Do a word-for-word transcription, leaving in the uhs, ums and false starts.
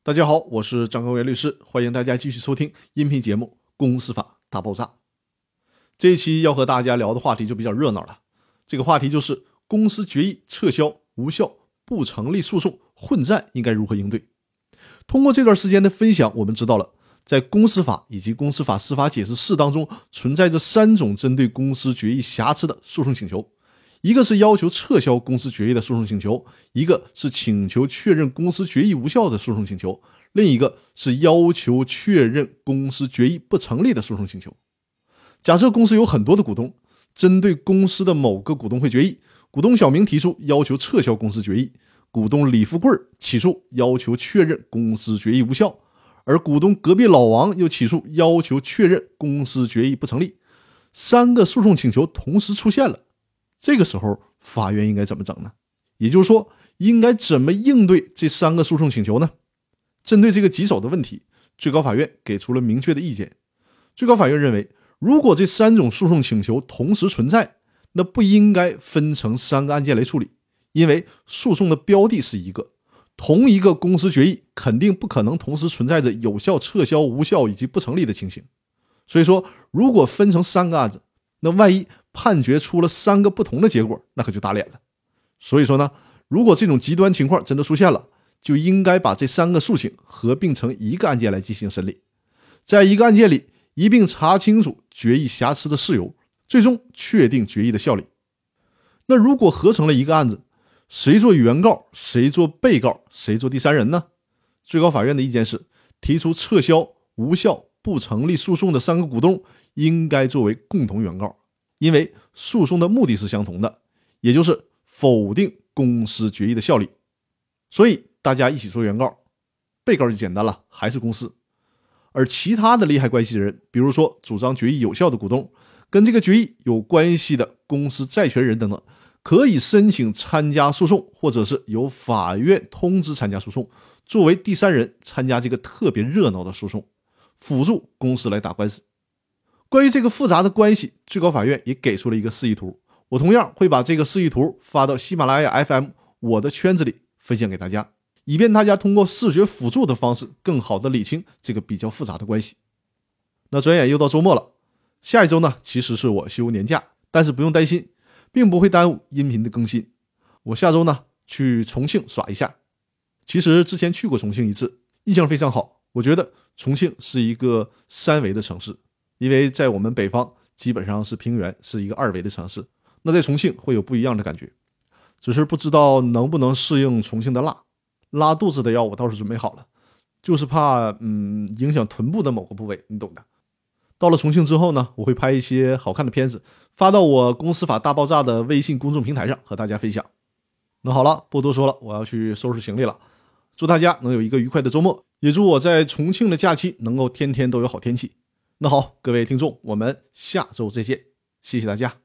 大家好，我是张高原律师，欢迎大家继续收听音频节目《公司法大爆炸》。这一期要和大家聊的话题就比较热闹了，这个话题就是公司决议撤销、无效、不成立诉讼、混战应该如何应对。通过这段时间的分享，我们知道了在公司法以及公司法司法解释四当中存在着三种针对公司决议瑕疵的诉讼请求。一个是要求撤销公司决议的诉讼请求，一个是请求确认公司决议无效的诉讼请求，另一个是要求确认公司决议不成立的诉讼请求。假设公司有很多的股东，针对公司的某个股东会决议，股东小明提出要求撤销公司决议，股东李富贵起诉要求确认公司决议无效，而股东隔壁老王又起诉要求确认公司决议不成立。三个诉讼请求同时出现了，这个时候法院应该怎么整呢？也就是说，应该怎么应对这三个诉讼请求呢？针对这个棘手的问题，最高法院给出了明确的意见。最高法院认为，如果这三种诉讼请求同时存在，那不应该分成三个案件来处理，因为诉讼的标的是一个，同一个公司决议肯定不可能同时存在着有效、撤销、无效以及不成立的情形。所以说，如果分成三个案子，那万一判决出了三个不同的结果，那可就打脸了。所以说呢，如果这种极端情况真的出现了，就应该把这三个诉请合并成一个案件来进行审理，在一个案件里一并查清楚决议瑕疵的事由，最终确定决议的效力。那如果合成了一个案子，谁做原告，谁做被告，谁做第三人呢？最高法院的意见是，提出撤销、无效、不成立诉讼的三个股东应该作为共同原告，因为诉讼的目的是相同的，也就是否定公司决议的效力。所以大家一起做原告，被告就简单了，还是公司。而其他的利害关系人，比如说主张决议有效的股东，跟这个决议有关系的公司债权人等等，可以申请参加诉讼，或者是由法院通知参加诉讼，作为第三人参加这个特别热闹的诉讼，辅助公司来打官司。关于这个复杂的关系，最高法院也给出了一个示意图，我同样会把这个示意图发到喜马拉雅 F M 我的圈子里分享给大家，以便大家通过视觉辅助的方式更好的理清这个比较复杂的关系。那转眼又到周末了，下一周呢其实是我休年假，但是不用担心，并不会耽误音频的更新。我下周呢去重庆耍一下，其实之前去过重庆一次，印象非常好。我觉得重庆是一个三维的城市，因为在我们北方基本上是平原，是一个二维的城市，那在重庆会有不一样的感觉，只是不知道能不能适应重庆的辣。拉肚子的药我倒是准备好了，就是怕嗯影响臀部的某个部位，你懂的。到了重庆之后呢，我会拍一些好看的片子发到我公司法大爆炸的微信公众平台上和大家分享。那好了，不多说了，我要去收拾行李了。祝大家能有一个愉快的周末，也祝我在重庆的假期能够天天都有好天气。那好，各位听众，我们下周再见，谢谢大家。